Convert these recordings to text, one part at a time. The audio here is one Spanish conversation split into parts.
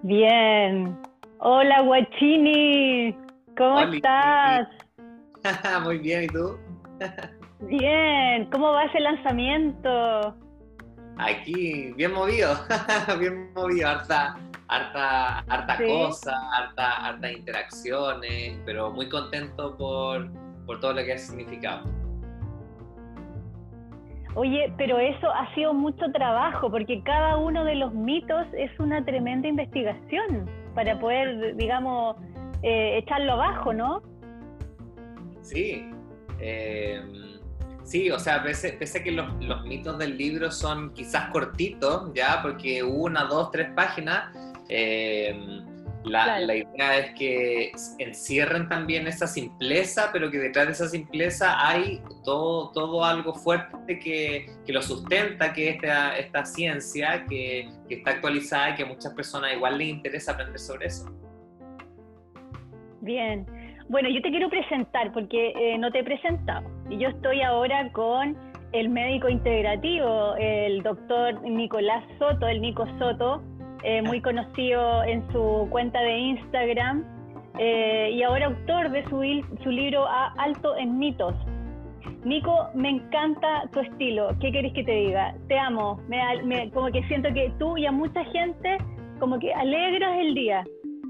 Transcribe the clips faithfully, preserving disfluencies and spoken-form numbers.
Bien. Hola, Guachini. ¿Cómo Oli, estás? muy bien, ¿y tú? Bien. ¿Cómo va ese lanzamiento? Aquí, bien movido, bien movido, harta, harta, harta Sí. cosa, harta, harta interacciones, pero muy contento por, por todo lo que ha significado. Oye, pero eso ha sido mucho trabajo porque cada uno de los mitos es una tremenda investigación para poder, digamos, eh, echarlo abajo, ¿no? Sí, eh, sí, o sea, pese, pese a que los, los mitos del libro son quizás cortitos, ya, porque una, dos, tres páginas, eh, la, Claro. la idea es que encierren también esa simpleza, pero que detrás de esa simpleza hay todo, todo algo fuerte que, que lo sustenta, que es esta, esta ciencia que, que está actualizada y que a muchas personas igual les interesa aprender sobre eso. Bien. Bueno, yo te quiero presentar porque eh, no te he presentado. Y yo estoy ahora con el médico integrativo, el doctor Nicolás Soto, el Nico Soto, eh, muy conocido en su cuenta de Instagram eh, y ahora autor de su, su libro A Alto en Mitos. Nico, me encanta tu estilo. ¿Qué querés que te diga? Te amo. Me, me, como que siento que tú y a mucha gente como que alegras el día.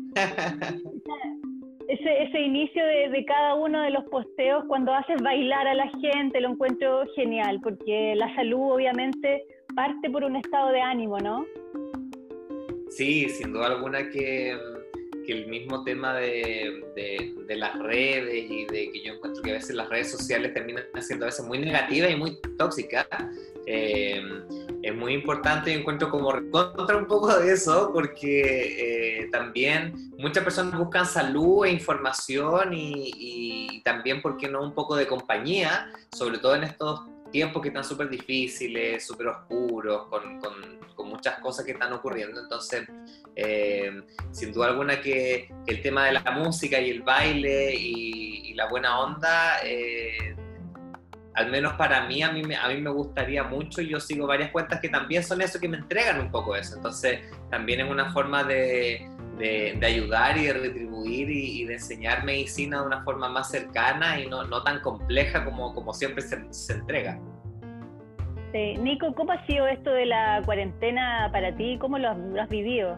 Ese, ese inicio de, de cada uno de los posteos cuando haces bailar a la gente lo encuentro genial porque la salud obviamente parte por un estado de ánimo, ¿no? Sí, sin duda alguna que, que el mismo tema de, de, de las redes y de que yo encuentro que a veces las redes sociales terminan siendo a veces muy negativas y muy tóxicas, eh, es muy importante y encuentro como contra un poco de eso porque eh, también muchas personas buscan salud e información y, y también, ¿por qué no?, un poco de compañía, sobre todo en estos tiempos que están súper difíciles, súper oscuros, con, con, con muchas cosas que están ocurriendo. Entonces, eh, sin duda alguna que, que el tema de la música y el baile y, y la buena onda, eh, al menos para mí, a mí, a mí me gustaría mucho. Yo sigo varias cuentas que también son eso, que me entregan un poco eso. Entonces, también es una forma de, de, de ayudar y de retribuir y, y de enseñar medicina de una forma más cercana y no, no tan compleja como, como siempre se, se entrega. Sí. Nico, ¿cómo ha sido esto de la cuarentena para ti? ¿Cómo lo has, lo has vivido?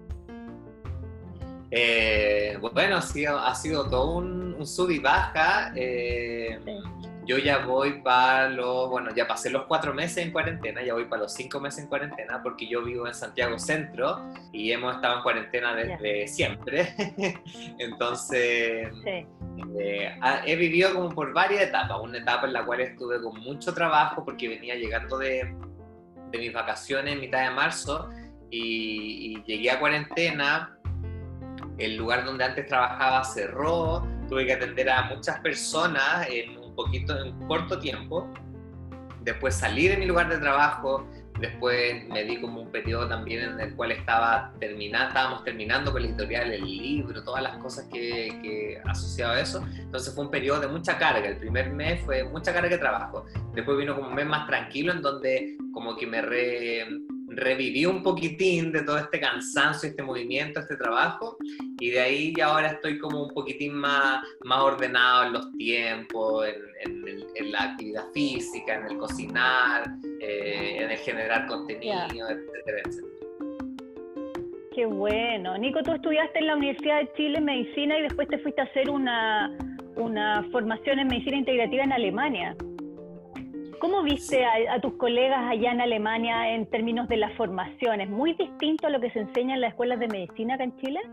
Eh, bueno, ha sido, ha sido todo un, un sub y baja. Eh, Sí. yo ya voy para los, bueno, ya pasé los cuatro meses en cuarentena, ya voy para los cinco meses en cuarentena porque yo vivo en Santiago Centro y hemos estado en cuarentena Ya. desde siempre. Entonces, Sí. eh, he vivido como por varias etapas. Una etapa en la cual estuve con mucho trabajo porque venía llegando de, de mis vacaciones en mitad de marzo y, y llegué a cuarentena. El lugar donde antes trabajaba cerró, tuve que atender a muchas personas en un poquito, en un corto tiempo. Después salí de mi lugar de trabajo, después me di como un periodo también en el cual estaba terminando, estábamos terminando con la editorial, el libro, todas las cosas que, que asociado a eso. Entonces fue un periodo de mucha carga. El primer mes fue mucha carga de trabajo. Después vino como un mes más tranquilo en donde como que me re, reviví un poquitín de todo este cansancio, este movimiento, este trabajo, y de ahí ya ahora estoy como un poquitín más, más ordenado en los tiempos, en, en, el, en la actividad física, en el cocinar, eh, en el generar Ya. contenido, etcétera, etcétera. Qué bueno. Nico, tú estudiaste en la Universidad de Chile Medicina y después te fuiste a hacer una, una formación en Medicina Integrativa en Alemania. ¿Cómo Sí. viste a, a tus colegas allá en Alemania en términos de la formación? ¿Es muy distinto a lo que se enseña en las escuelas de medicina acá en Chile?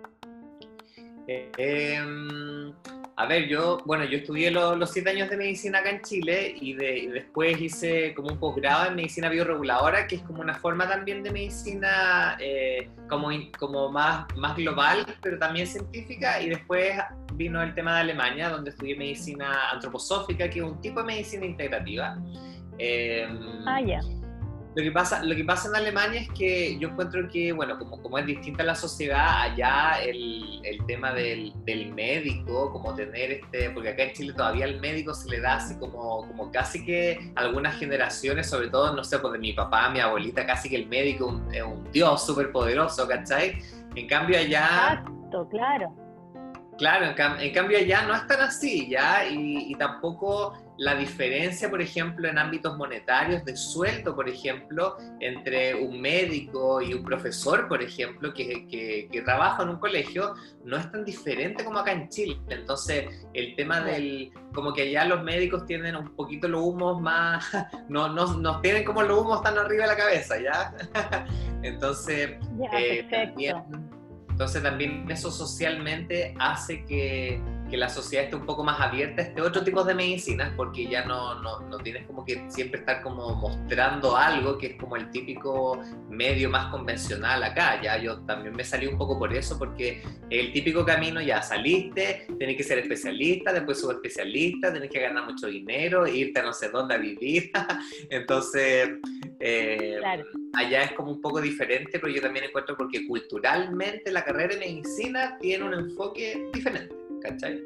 Eh, a ver, yo, bueno, yo estudié lo, los siete años de medicina acá en Chile y, de, y después hice como un posgrado en medicina bioreguladora, que es como una forma también de medicina eh, como, in, como más, más global, pero también científica, y después vino el tema de Alemania, donde estudié medicina antroposófica, que es un tipo de medicina integrativa. Eh, Ah, ya. Lo que, pasa, lo que pasa en Alemania es que yo encuentro que, bueno, como, como es distinta la sociedad, allá el, el tema del, del médico, como tener este, porque acá en Chile todavía al médico se le da así como, como casi que algunas generaciones, sobre todo, no sé, pues de mi papá, mi abuelita, casi que el médico es un, un dios súper poderoso, ¿cachai? En cambio allá... Exacto, claro. Claro, en, cam en cambio allá no es tan así, ¿ya? Y, y tampoco la diferencia, por ejemplo, en ámbitos monetarios de sueldo, por ejemplo, entre un médico y un profesor, por ejemplo, que, que, que trabaja en un colegio, no es tan diferente como acá en Chile. Entonces, el tema del... como que allá los médicos tienen un poquito los humos más... no, no, no tienen como los humos tan arriba de la cabeza, ¿ya? Entonces, ya, eh, perfecto. también... Entonces también eso socialmente hace que, que la sociedad esté un poco más abierta a este otro tipo de medicinas, porque ya no, no, no tienes como que siempre estar como mostrando algo que es como el típico medio más convencional acá. Ya yo también me salí un poco por eso, porque el típico camino, ya saliste, tenés que ser especialista, después subespecialista, tenés que ganar mucho dinero, irte a no sé dónde a vivir. Entonces... Eh, claro. Allá es como un poco diferente, pero yo también encuentro porque culturalmente la carrera de medicina tiene un enfoque diferente, ¿cachai?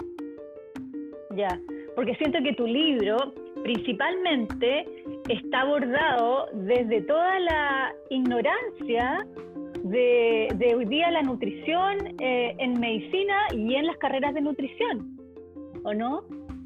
Ya, porque siento que tu libro principalmente está abordado desde toda la ignorancia de, de hoy día la nutrición eh, en medicina y en las carreras de nutrición, ¿o no?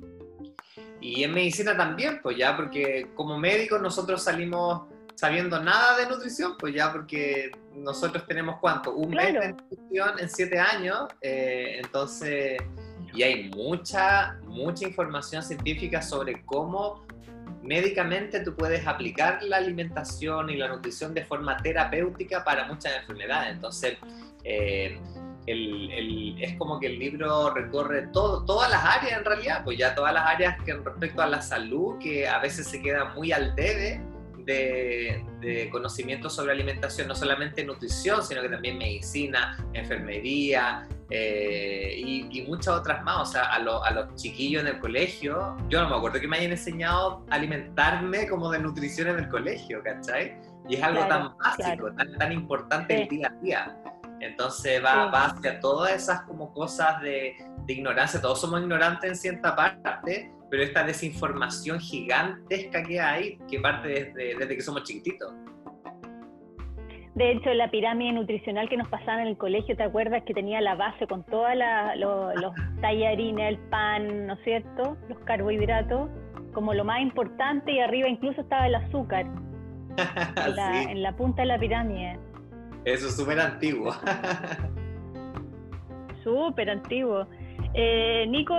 Y en medicina también, pues ya, porque como médicos nosotros salimos sabiendo nada de nutrición, pues ya, porque nosotros tenemos ¿cuánto? Un claro. mes de nutrición en siete años, eh, entonces, y hay mucha, mucha información científica sobre cómo médicamente tú puedes aplicar la alimentación y la nutrición de forma terapéutica para muchas enfermedades. Entonces, eh, El, el, es como que el libro recorre todo, todas las áreas en realidad, pues ya todas las áreas que respecto a la salud, que a veces se queda muy al debe de, de conocimiento sobre alimentación, no solamente nutrición, sino que también medicina, enfermería eh, y, y muchas otras más. O sea, a, lo, a los chiquillos en el colegio, yo no me acuerdo que me hayan enseñado a alimentarme como de nutrición en el colegio, ¿cachai? Y es algo claro, tan básico, claro. tan, tan importante sí. el día a día. Entonces va, sí. va hacia todas esas como cosas de, de ignorancia. Todos somos ignorantes en cierta parte, pero esta desinformación gigantesca que hay, que parte desde, desde que somos chiquititos. De hecho, la pirámide nutricional que nos pasaban en el colegio, ¿te acuerdas? Que tenía la base con todos lo, los tallarines, el pan, ¿no es cierto? Los carbohidratos, como lo más importante, y arriba incluso estaba el azúcar, en la, sí. en la punta de la pirámide. Eso es súper antiguo. Súper antiguo. Eh, Nico,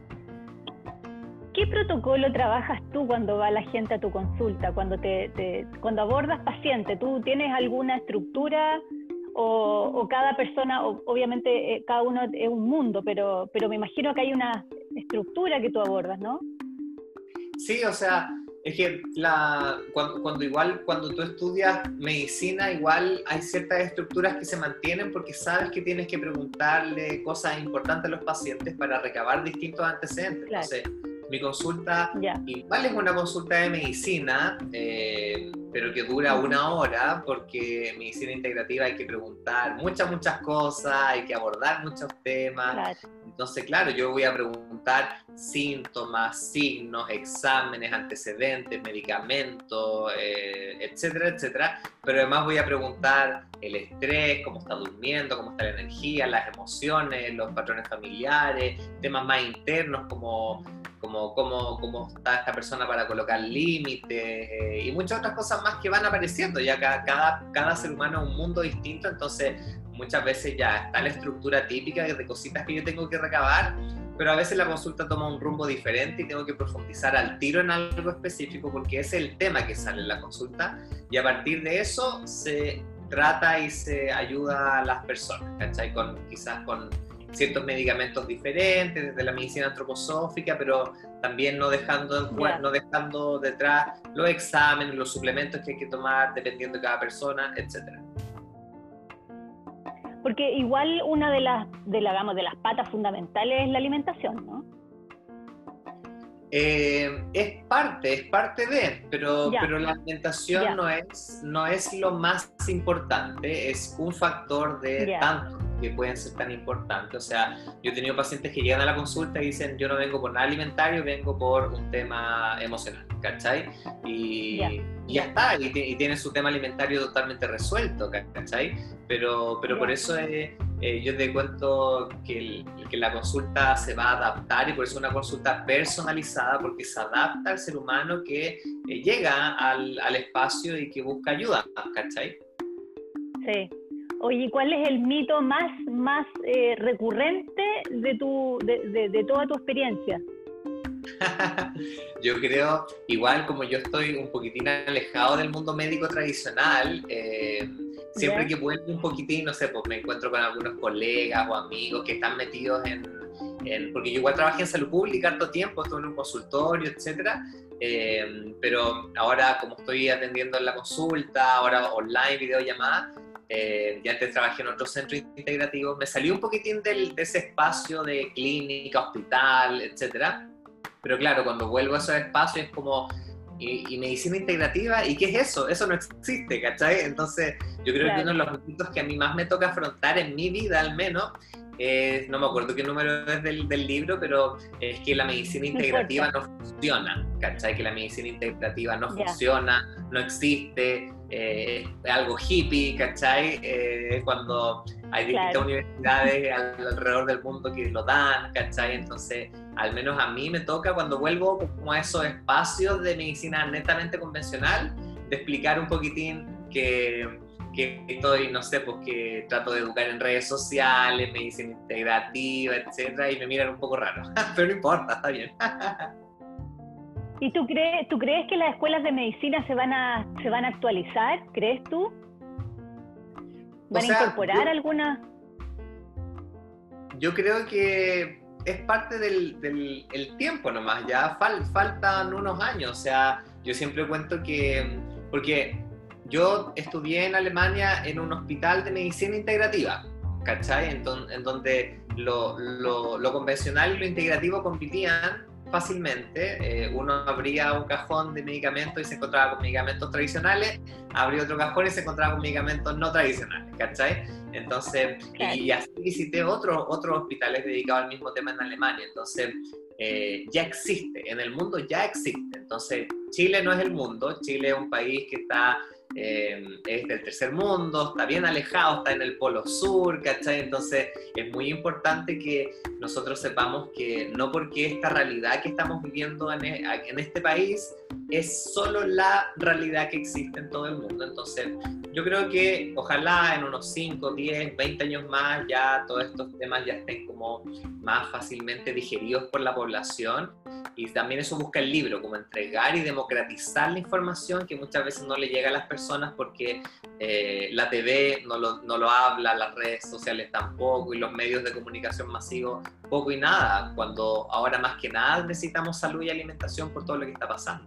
¿qué protocolo trabajas tú cuando va la gente a tu consulta, cuando, te, te, cuando abordas paciente? ¿Tú tienes alguna estructura o, o cada persona, o, obviamente eh, cada uno es un mundo, pero, pero me imagino que hay una estructura que tú abordas, ¿no? Sí, o sea... Es que la, cuando, cuando igual cuando tú estudias medicina, igual hay ciertas estructuras que se mantienen porque sabes que tienes que preguntarle cosas importantes a los pacientes para recabar distintos antecedentes. Claro. Entonces, mi consulta Ya. igual es una consulta de medicina, eh, pero que dura una hora porque en medicina integrativa hay que preguntar muchas, muchas cosas, hay que abordar muchos temas. Claro. Entonces, claro, yo voy a preguntar síntomas, signos, exámenes, antecedentes, medicamentos, eh, etcétera, etcétera. Pero además voy a preguntar el estrés, cómo está durmiendo, cómo está la energía, las emociones, los patrones familiares, temas más internos como como cómo, cómo está esta persona para colocar límites eh, y muchas otras cosas más que van apareciendo. Ya cada, cada, cada ser humano es un mundo distinto, entonces muchas veces ya está la estructura típica de cositas que yo tengo que recabar, pero a veces la consulta toma un rumbo diferente y tengo que profundizar al tiro en algo específico porque ese es el tema que sale en la consulta y a partir de eso se trata y se ayuda a las personas, ¿cachai? Con, quizás con ciertos medicamentos diferentes, desde la medicina antroposófica, pero también no dejando, en, yeah. no dejando detrás los exámenes, los suplementos que hay que tomar dependiendo de cada persona, etcétera. Porque igual una de las, de, la, digamos, de las patas fundamentales es la alimentación, ¿no? Eh, es parte, es parte de, pero, pero la alimentación no es, no es lo más importante, es un factor de yeah. tanto. que pueden ser tan importantes. O sea, yo he tenido pacientes que llegan a la consulta y dicen, yo no vengo por nada alimentario, vengo por un tema emocional, ¿cachai? Y, yeah. y ya está, y, y tienen su tema alimentario totalmente resuelto, ¿cachai? Pero, pero yeah. por eso es, eh, yo te cuento que, el, que la consulta se va a adaptar, y por eso es una consulta personalizada, porque se adapta al ser humano que eh, llega al, al espacio y que busca ayuda, ¿cachai? Sí. Oye, ¿cuál es el mito más, más eh, recurrente de, tu, de, de, de toda tu experiencia? Yo creo, igual como yo estoy un poquitín alejado del mundo médico tradicional, eh, siempre yeah. que vuelvo un poquitín, no sé, pues me encuentro con algunos colegas o amigos que están metidos en, en porque yo igual trabajé en salud pública harto tiempo, estuve en un consultorio, etcétera, eh, pero ahora como estoy atendiendo en la consulta, ahora online, videollamada, Eh, ya antes trabajé en otros centros integrativos, me salí un poquitín del, de ese espacio de clínica, hospital, etcétera. Pero claro, cuando vuelvo a esos espacios es como, ¿y, y medicina integrativa? ¿Y qué es eso? Eso no existe, ¿cachai? Entonces, yo creo claro. que uno de los mitos que a mí más me toca afrontar en mi vida, al menos, es, no me acuerdo qué número es del, del libro, pero es que la medicina integrativa no, no funciona, ¿cachai? Que la medicina integrativa no yeah. funciona, no existe. Eh, es algo hippie, ¿cachai? Eh, cuando hay distintas claro. universidades alrededor del mundo que lo dan, ¿cachai? Entonces, al menos a mí me toca cuando vuelvo como a esos espacios de medicina netamente convencional, de explicar un poquitín que, que estoy, no sé, pues que trato de educar en redes sociales, medicina integrativa, etcétera, y me miran un poco raro, pero no importa, está bien. ¿Y tú crees, tú crees que las escuelas de medicina se van a, se van a actualizar? ¿Crees tú? ¿Van o sea, a incorporar yo, alguna? Yo creo que es parte del, del el tiempo nomás, ya fal, faltan unos años. O sea, yo siempre cuento que, porque yo estudié en Alemania en un hospital de medicina integrativa, ¿cachai? En, don, en donde lo, lo, lo convencional y lo integrativo competían fácilmente. Eh, uno abría un cajón de medicamentos y se encontraba con medicamentos tradicionales, abría otro cajón y se encontraba con medicamentos no tradicionales, ¿cachai? Entonces, claro. y, y así visité otros otros hospitales dedicados al mismo tema en Alemania. Entonces, eh, ya existe, en el mundo ya existe. Entonces, Chile no es el mundo, Chile es un país que está Eh, es del tercer mundo, está bien alejado, está en el polo sur, ¿cachai? Entonces es muy importante que nosotros sepamos que no porque esta realidad que estamos viviendo en, en este país es solo la realidad que existe en todo el mundo. Entonces yo creo que ojalá en unos cinco, diez, veinte años más ya todos estos temas ya estén como más fácilmente digeridos por la población, y también eso busca el libro, como entregar y democratizar la información que muchas veces no le llega a las personas porque eh, la T V no lo, no lo habla, las redes sociales tampoco, y los medios de comunicación masivos poco y nada, cuando ahora más que nada necesitamos salud y alimentación por todo lo que está pasando.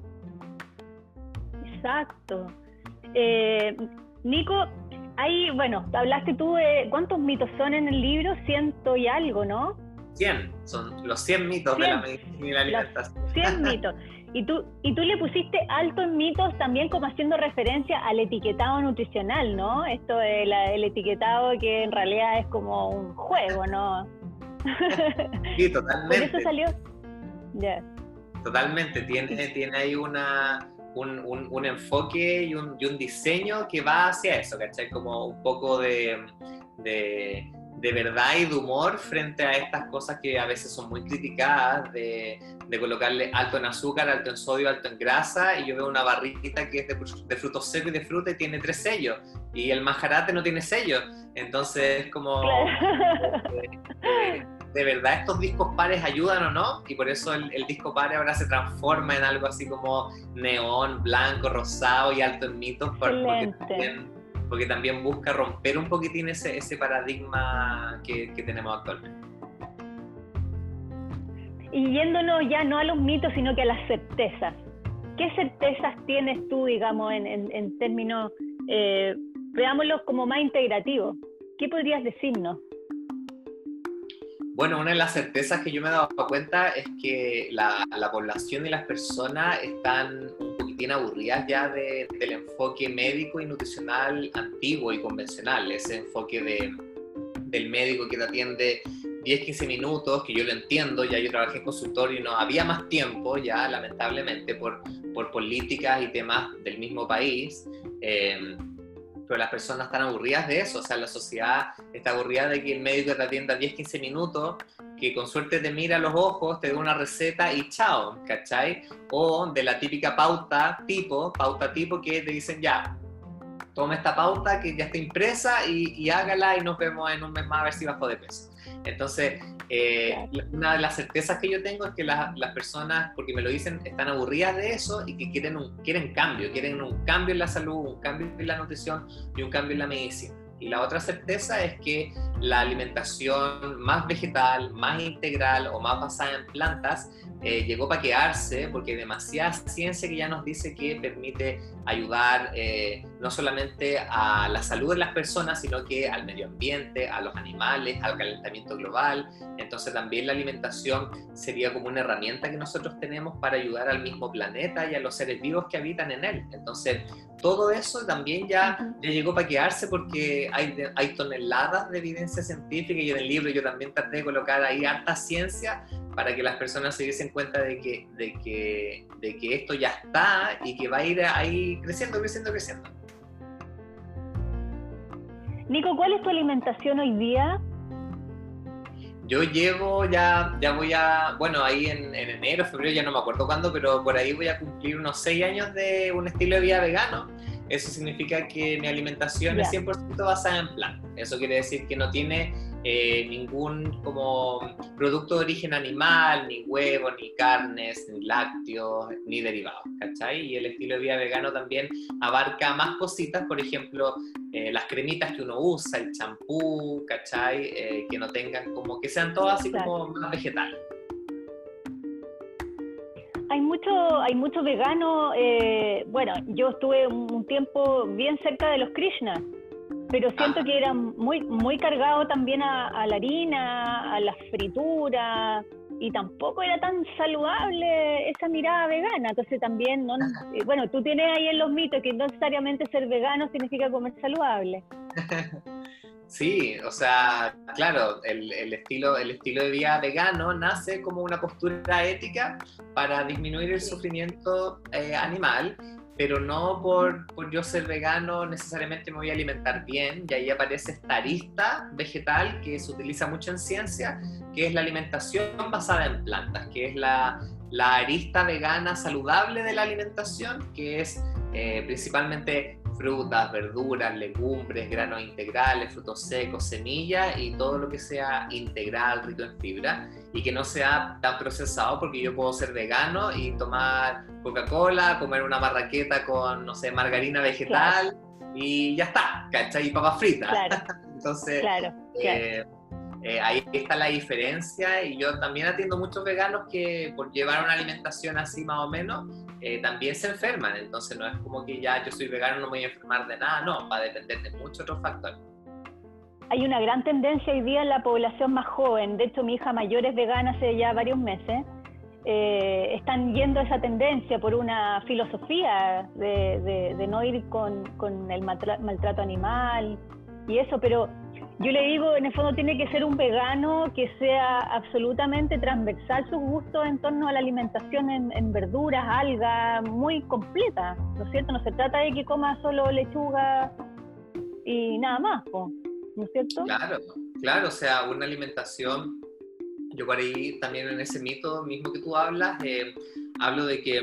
Exacto. Eh, Nico, ahí, bueno, hablaste tú de cuántos mitos son en el libro, ciento y algo, ¿no? cien, son los cien mitos cien, de la medicina y la alimentación. cien mitos. Y tú, y tú le pusiste alto en mitos también como haciendo referencia al etiquetado nutricional, ¿no? Esto del el etiquetado que en realidad es como un juego, ¿no? Sí, totalmente. Por eso salió. Yeah. Totalmente, tiene, tiene ahí una... Un, un, un enfoque y un, y un diseño que va hacia eso, ¿cachai? Como un poco de, de, de verdad y de humor frente a estas cosas que a veces son muy criticadas, de, de colocarle alto en azúcar, alto en sodio, alto en grasa, y yo veo una barrita que es de, de frutos secos y de fruta y tiene tres sellos, y el majarate no tiene sellos, entonces es como... Eh, eh, de verdad estos discos pares ayudan o no, y por eso el, el disco pare ahora se transforma en algo así como neón, blanco, rosado y alto en mitos, porque también, porque también busca romper un poquitín ese, ese paradigma que, que tenemos actualmente. Y yéndonos ya no a los mitos, sino que a las certezas. ¿Qué certezas tienes tú, digamos, en, en, en términos, eh, veámoslos como más integrativos? ¿Qué podrías decirnos? Bueno, una de las certezas que yo me he dado cuenta es que la, la población y las personas están un poquitín aburridas ya de, del enfoque médico y nutricional antiguo y convencional, ese enfoque de, del médico que te atiende diez, quince minutos, que yo lo entiendo, ya yo trabajé en consultorio y no había más tiempo ya, lamentablemente, por, por políticas y temas del mismo país, eh, pero las personas están aburridas de eso, o sea, la sociedad está aburrida de que el médico te atienda diez, quince minutos, que con suerte te mira a los ojos, te dé una receta y chao, ¿cachai? O de la típica pauta tipo, pauta tipo que te dicen ya, toma esta pauta que ya está impresa y, y hágala y nos vemos en un mes más a ver si bajo de peso. Entonces, eh, una de las certezas que yo tengo es que la, las personas, porque me lo dicen, están aburridas de eso y que quieren, un, quieren cambio, quieren un cambio en la salud, un cambio en la nutrición y un cambio en la medicina. Y la otra certeza es que la alimentación más vegetal, más integral o más basada en plantas eh, llegó para quedarse, porque hay demasiada ciencia que ya nos dice que permite ayudar eh, no solamente a la salud de las personas, sino que al medio ambiente, a los animales, al calentamiento global. Entonces también la alimentación sería como una herramienta que nosotros tenemos para ayudar al mismo planeta y a los seres vivos que habitan en él. Entonces todo eso también ya, ya llegó para quedarse, porque hay, hay toneladas de evidencia científica, y en el libro yo también traté de colocar ahí harta ciencia para que las personas se diesen cuenta de que, de que, de que esto ya está y que va a ir ahí creciendo, creciendo, creciendo. Nico, ¿cuál es tu alimentación hoy día? Yo llevo ya, ya voy a, bueno, ahí en, en enero, febrero, ya no me acuerdo cuándo, pero por ahí voy a cumplir unos seis años de un estilo de vida vegano. Eso significa que mi alimentación yeah. es cien por ciento basada en plantas. Eso quiere decir que no tiene eh, ningún como producto de origen animal, ni huevos, ni carnes, ni lácteos, ni derivados, ¿cachai? Y el estilo de vida vegano también abarca más cositas, por ejemplo, eh, las cremitas que uno usa, el champú, ¿cachai? Eh, que no tengan como, que sean todas así como más vegetales. Hay mucho, hay mucho vegano, eh, bueno, yo estuve un tiempo bien cerca de los Krishna, pero siento ah. que eran muy, muy cargados también a, a la harina, a las frituras, y tampoco era tan saludable esa mirada vegana. Entonces también, no, eh, bueno, tú tienes ahí en los mitos que no necesariamente ser vegano significa comer saludable. Sí, o sea, claro, el, el, estilo, el estilo de vida vegano nace como una postura ética para disminuir el sufrimiento eh, animal, pero no por, por yo ser vegano necesariamente me voy a alimentar bien. Y ahí aparece esta arista vegetal que se utiliza mucho en ciencia, que es la alimentación basada en plantas, que es la, la arista vegana saludable de la alimentación, que es eh, principalmente frutas, verduras, legumbres, granos integrales, frutos secos, semillas y todo lo que sea integral, rico en fibra y que no sea tan procesado, porque yo puedo ser vegano y tomar Coca-Cola, comer una marraqueta con, no sé, margarina vegetal, claro. Y ya está, ¿cachai? Y papas fritas. Claro. Entonces, claro, eh, claro. Eh, ahí está la diferencia, y yo también atiendo muchos veganos que por llevar una alimentación así más o menos, Eh, también se enferman. Entonces no es como que ya yo soy vegano, no me voy a enfermar de nada, no, va a depender de muchos otros factores. Hay una gran tendencia hoy día en la población más joven, de hecho mi hija mayor es vegana hace ya varios meses, eh, están yendo esa tendencia por una filosofía de, de, de no ir con, con el maltrato, maltrato animal y eso, pero yo le digo, en el fondo tiene que ser un vegano que sea absolutamente transversal sus gustos en torno a la alimentación en, en verduras, algas, muy completa, ¿no es cierto? No se trata de que coma solo lechuga y nada más, ¿no es cierto? Claro, claro, o sea, una alimentación, yo por ahí también en ese mito mismo que tú hablas, eh, hablo de que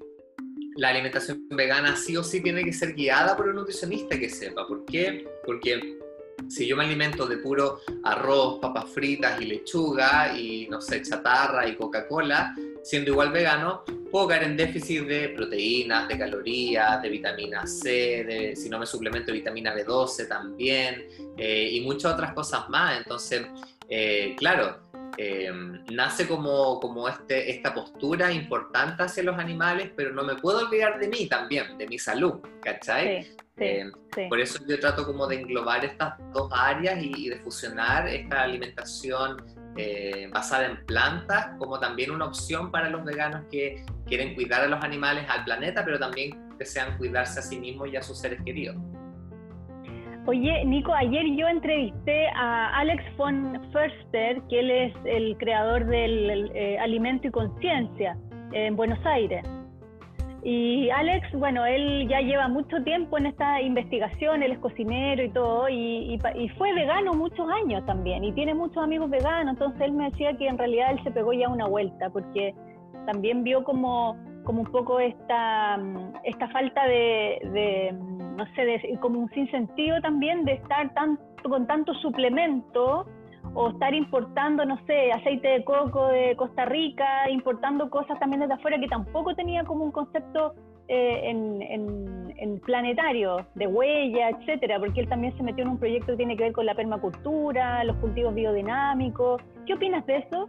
la alimentación vegana sí o sí tiene que ser guiada por un nutricionista que sepa. ¿Por qué? Porque si yo me alimento de puro arroz, papas fritas y lechuga y, no sé, chatarra y Coca-Cola, siendo igual vegano, puedo caer en déficit de proteínas, de calorías, de vitamina C, de, si no me suplemento vitamina B doce también, eh, y muchas otras cosas más. Entonces, eh, claro, eh, nace como, como este, esta postura importante hacia los animales, pero no me puedo olvidar de mí también, de mi salud, ¿cachai? Sí. Sí, eh, sí. Por eso yo trato como de englobar estas dos áreas y, y de fusionar esta alimentación eh, basada en plantas como también una opción para los veganos que quieren cuidar a los animales, al planeta, pero también desean cuidarse a sí mismos y a sus seres queridos. Oye, Nico, ayer yo entrevisté a Alex von Förster, que él es el creador del eh, Alimento y Conciencia en Buenos Aires. Y Alex, bueno, él ya lleva mucho tiempo en esta investigación, él es cocinero y todo, y, y, y fue vegano muchos años también, y tiene muchos amigos veganos, entonces él me decía que en realidad él se pegó ya una vuelta, porque también vio como, como un poco esta, esta falta de, de no sé, de, como un sinsentido también de estar tanto, con tanto suplemento, o estar importando, no sé, aceite de coco de Costa Rica, importando cosas también desde afuera que tampoco tenía como un concepto eh, en, en, en planetario, de huella, etcétera, porque él también se metió en un proyecto que tiene que ver con la permacultura, los cultivos biodinámicos. ¿Qué opinas de eso?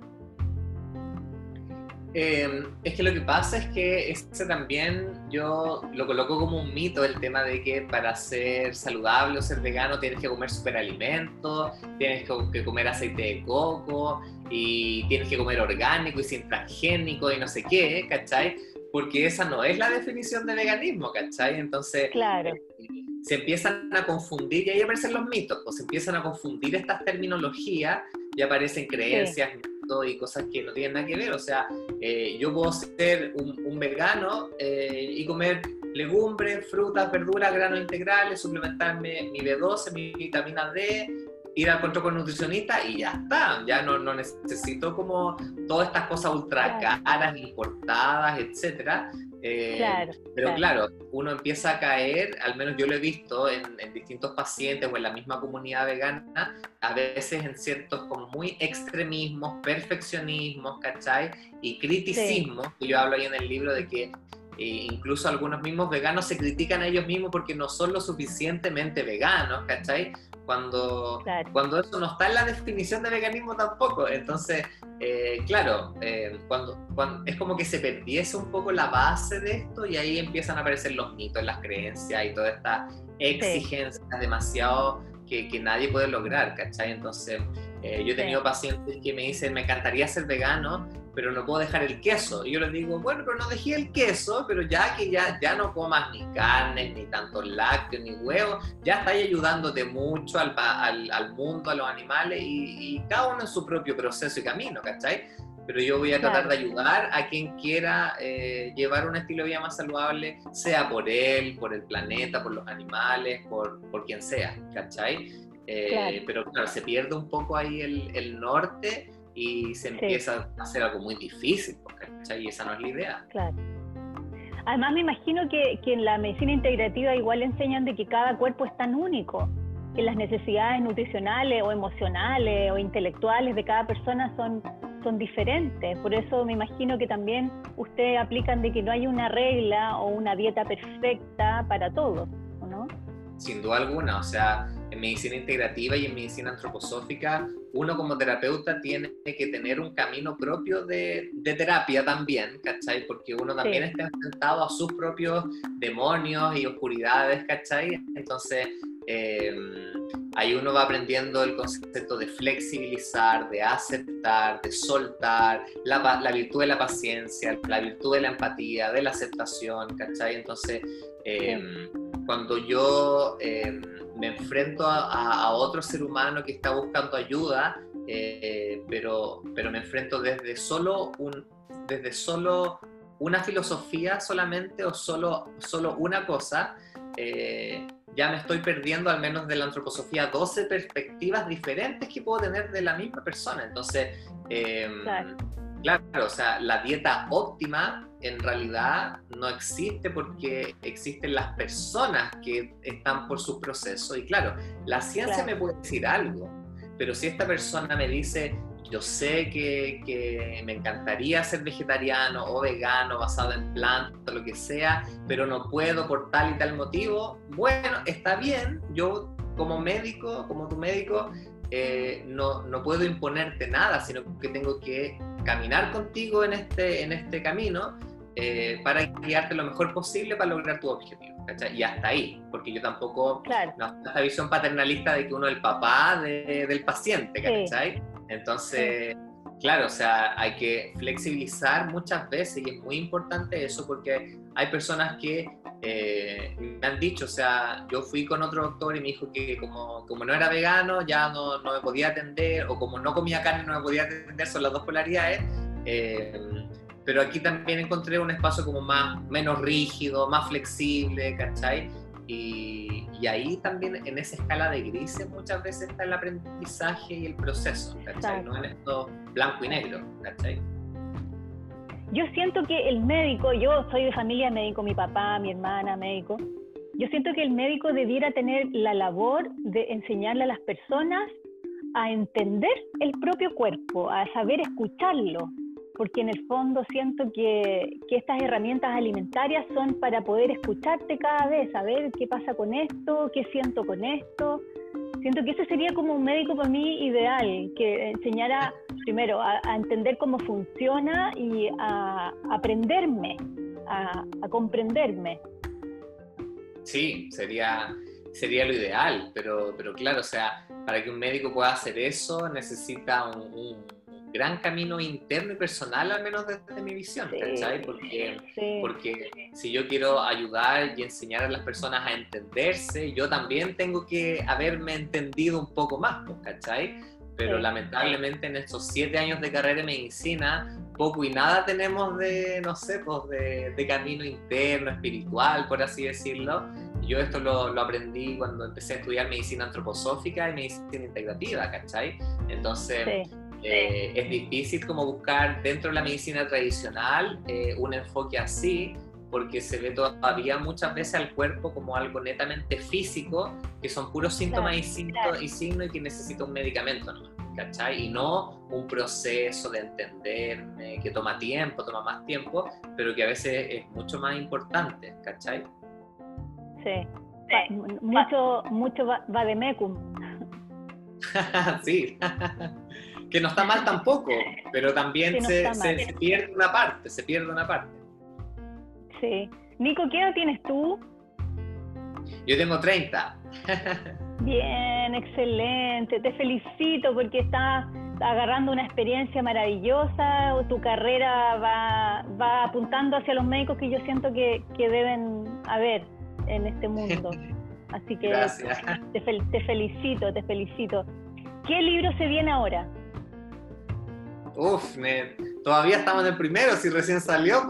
Eh, es que lo que pasa es que ese también yo lo coloco como un mito, el tema de que para ser saludable o ser vegano tienes que comer superalimentos, tienes que, que comer aceite de coco y tienes que comer orgánico y sin transgénico y no sé qué, ¿cachai? Porque esa no es la definición de veganismo, ¿cachai? Entonces claro. eh, se empiezan a confundir y ahí aparecen los mitos, pues se empiezan a confundir estas terminologías y aparecen creencias, sí, y cosas que no tienen nada que ver. O sea, eh, yo puedo ser un, un vegano eh, y comer legumbres, frutas, verduras, granos integrales, suplementarme mi B doce, mi vitamina D, ir al control con nutricionista y ya está. Ya no, no necesito como todas estas cosas ultra caras, importadas, etcétera. Eh, claro, pero claro. claro, uno empieza a caer, al menos yo lo he visto en, en distintos pacientes o en la misma comunidad vegana, a veces en ciertos como muy extremismos, perfeccionismos, ¿cachai? Y criticismos, sí, que yo hablo ahí en el libro de que eh, incluso algunos mismos veganos se critican a ellos mismos porque no son lo suficientemente veganos, ¿cachai? Cuando, claro. cuando eso no está en la definición de veganismo tampoco. Entonces, eh, claro, eh, cuando, cuando es como que se perdiese un poco la base de esto y ahí empiezan a aparecer los mitos, las creencias y toda esta exigencia sí. demasiado que, que nadie puede lograr, ¿cachai? Entonces, eh, yo he tenido sí. pacientes que me dicen, me encantaría ser vegano, pero no puedo dejar el queso. Y yo les digo, bueno, pero no dejé el queso, pero ya que ya, ya no comas ni carne, ni tantos lácteos, ni huevos, ya estás ayudándote mucho al, al, al mundo, a los animales, y, y cada uno en su propio proceso y camino, ¿cachai? Pero yo voy a tratar claro. de ayudar a quien quiera eh, llevar un estilo de vida más saludable, sea por él, por el planeta, por los animales, por, por quien sea, ¿cachai? Eh, claro. Pero claro, se pierde un poco ahí el, el norte, y se empieza sí. a hacer algo muy difícil, ¿cachai? Y esa no es la idea. Claro. Además me imagino que, que en la medicina integrativa igual enseñan de que cada cuerpo es tan único, que las necesidades nutricionales o emocionales o intelectuales de cada persona son, son diferentes. Por eso me imagino que también ustedes aplican de que no hay una regla o una dieta perfecta para todos, ¿o no? Sin duda alguna, o sea, en medicina integrativa y en medicina antroposófica, uno como terapeuta tiene que tener un camino propio de, de terapia también, ¿cachai? Porque uno también sí. está enfrentado a sus propios demonios y oscuridades, ¿cachai? Entonces, eh, ahí uno va aprendiendo el concepto de flexibilizar, de aceptar, de soltar, la, la virtud de la paciencia, la virtud de la empatía, de la aceptación, ¿cachai? Entonces, eh, sí. cuando yo... Eh, me enfrento a, a, a otro ser humano que está buscando ayuda, eh, pero, pero me enfrento desde solo, un, desde solo una filosofía solamente o solo, solo una cosa, eh, ya me estoy perdiendo, al menos de la antroposofía, doce perspectivas diferentes que puedo tener de la misma persona. Entonces, eh, claro. claro, o sea, la dieta óptima en realidad no existe porque existen las personas que están por su proceso. Y claro, la ciencia claro. me puede decir algo, pero si esta persona me dice, yo sé que, que me encantaría ser vegetariano o vegano basado en plantas, lo que sea, pero no puedo por tal y tal motivo, bueno, está bien, yo como médico, como tu médico, eh, no, no puedo imponerte nada, sino que tengo que caminar contigo en este, en este camino, Eh, para guiarte lo mejor posible para lograr tu objetivo, ¿cachai? Y hasta ahí, porque yo tampoco, claro. no, esta visión paternalista de que uno es el papá de, del paciente, ¿cachai? Sí. Entonces, sí. Claro, o sea, hay que flexibilizar muchas veces y es muy importante eso porque hay personas que eh, me han dicho, o sea, yo fui con otro doctor y me dijo que como, como no era vegano ya no, no me podía atender, o como no comía carne no me podía atender, son las dos polaridades, eh, pero aquí también encontré un espacio como más, menos rígido, más flexible, ¿cachai? Y, y ahí también en esa escala de grises muchas veces está el aprendizaje y el proceso, ¿cachai? No en esto blanco y negro, ¿cachai? Yo siento que el médico, yo soy de familia médico, mi papá, mi hermana, médico, yo siento que el médico debiera tener la labor de enseñarle a las personas a entender el propio cuerpo, a saber escucharlo, porque en el fondo siento que, que estas herramientas alimentarias son para poder escucharte cada vez, saber qué pasa con esto, qué siento con esto. Siento que ese sería como un médico para mí ideal, que enseñara primero a, a entender cómo funciona y a, a aprenderme, a, a comprenderme. Sí, sería, sería lo ideal, pero, pero claro, o sea, para que un médico pueda hacer eso necesita un, un gran camino interno y personal, al menos desde mi visión, Sí, ¿cachai? Porque, sí. porque si yo quiero ayudar y enseñar a las personas a entenderse, yo también tengo que haberme entendido un poco más, ¿cachai? Pero sí, lamentablemente en estos siete años de carrera en medicina, poco y nada tenemos de, no sé, pues de, de camino interno, espiritual, por así decirlo. Yo esto lo, lo aprendí cuando empecé a estudiar medicina antroposófica y medicina integrativa, ¿cachai? Entonces... Sí. Eh, es difícil como buscar dentro de la medicina tradicional eh, un enfoque así, porque se ve todavía muchas veces al cuerpo como algo netamente físico, que son puros síntomas, claro, y, signos, claro, y signos y que necesita un medicamento, ¿no? ¿Cachai? Y no un proceso de entenderme, que toma tiempo, toma más tiempo, pero que a veces es mucho más importante, ¿cachai? Sí, sí. Mucho, mucho vademecum. Sí. Que no está mal tampoco, pero también no se, se, se pierde una parte, se pierde una parte. Sí. Nico, ¿qué edad tienes tú? Yo tengo treinta. Bien, excelente. Te felicito porque estás agarrando una experiencia maravillosa. Tu carrera va, va apuntando hacia los médicos que yo siento que, que deben haber en este mundo. Así que te, fel, te felicito, te felicito. ¿Qué libro se viene ahora? Uf, me, todavía estamos en el primero, si recién salió.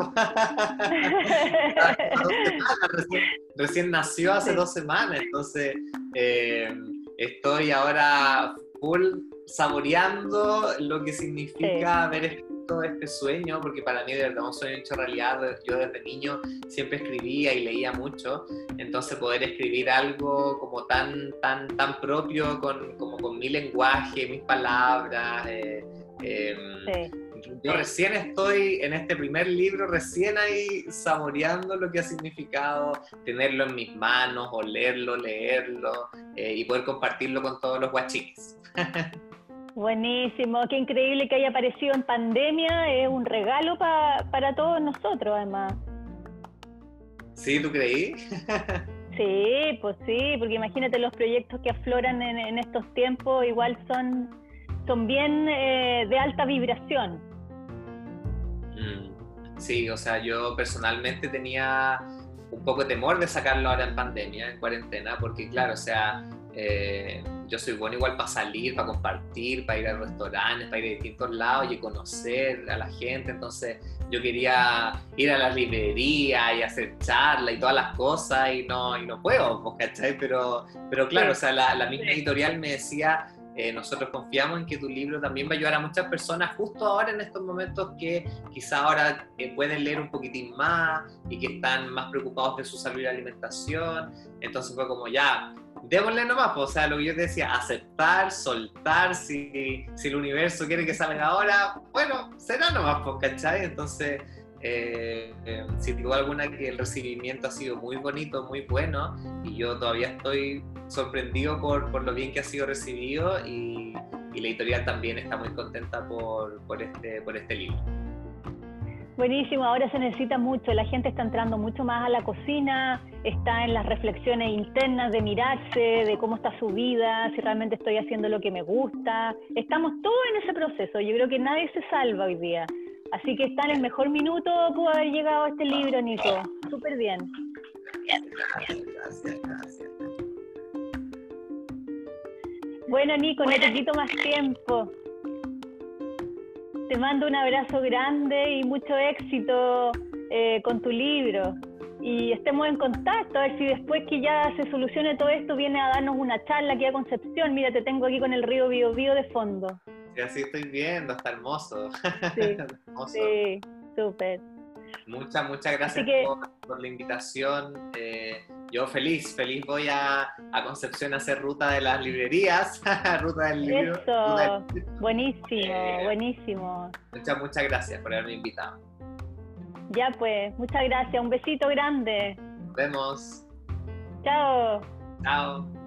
recién, recién nació hace sí. dos semanas, entonces eh, estoy ahora full saboreando lo que significa sí. haber escrito este sueño, porque para mí de verdad un sueño hecho realidad. Yo desde niño siempre escribía y leía mucho, entonces poder escribir algo como tan, tan, tan propio, con, como con mi lenguaje, mis palabras. Eh, Eh, sí. Yo recién estoy en este primer libro, recién ahí saboreando lo que ha significado tenerlo en mis manos, olerlo, leerlo eh, y poder compartirlo con todos los guachiques. Buenísimo, qué increíble que haya aparecido en pandemia, es un regalo pa, para todos nosotros además. ¿Sí, tú creí? Sí, pues sí, porque imagínate los proyectos que afloran en, en estos tiempos igual son... son bien eh, de alta vibración. Mm, sí, o sea, yo personalmente tenía un poco de temor de sacarlo ahora en pandemia, en cuarentena, porque claro, o sea, eh, yo soy bueno igual para salir, para compartir, para ir a restaurantes, para ir a distintos lados y conocer a la gente, entonces yo quería ir a la librería y hacer charlas y todas las cosas y no, y no puedo, ¿cachai? Pero, pero claro, sí. o sea, la, la misma editorial me decía... Eh, nosotros confiamos en que tu libro también va a ayudar a muchas personas justo ahora en estos momentos que quizá ahora eh, pueden leer un poquitín más y que están más preocupados de su salud y alimentación. Entonces fue como ya, démosle nomás, pues, o sea, lo que yo te decía, aceptar, soltar, si, si el universo quiere que salga ahora, bueno, será nomás, pues, ¿cachai? Entonces... Eh, eh, sin duda alguna que el recibimiento ha sido muy bonito, muy bueno y yo todavía estoy sorprendido por, por lo bien que ha sido recibido y, y la editorial también está muy contenta por, por, este, por este libro. Buenísimo, ahora se necesita mucho, la gente está entrando mucho más a la cocina, está en las reflexiones internas de mirarse, de cómo está su vida, si realmente estoy haciendo lo que me gusta. Estamos todos en ese proceso, yo creo que nadie se salva hoy día. Así que está en el mejor minuto, pudo haber llegado a este libro, Nico. Súper bien. Gracias, gracias, gracias. Bueno, Nico, no te quito más tiempo. Te mando un abrazo grande y mucho éxito eh, con tu libro. Y estemos en contacto, a ver si después que ya se solucione todo esto, viene a darnos una charla aquí a Concepción. Mira, te tengo aquí con el río Biobío de fondo. Sí, así estoy viendo, está hermoso. Sí, hermoso. Sí, súper. Muchas, muchas gracias que... por, por la invitación. Eh, yo feliz, feliz voy a, a Concepción a hacer ruta de las librerías, ruta del libro. Eso, ruta del... buenísimo, eh, buenísimo. Muchas, muchas gracias por haberme invitado. Ya pues, muchas gracias, un besito grande. Nos vemos. Chao. Chao.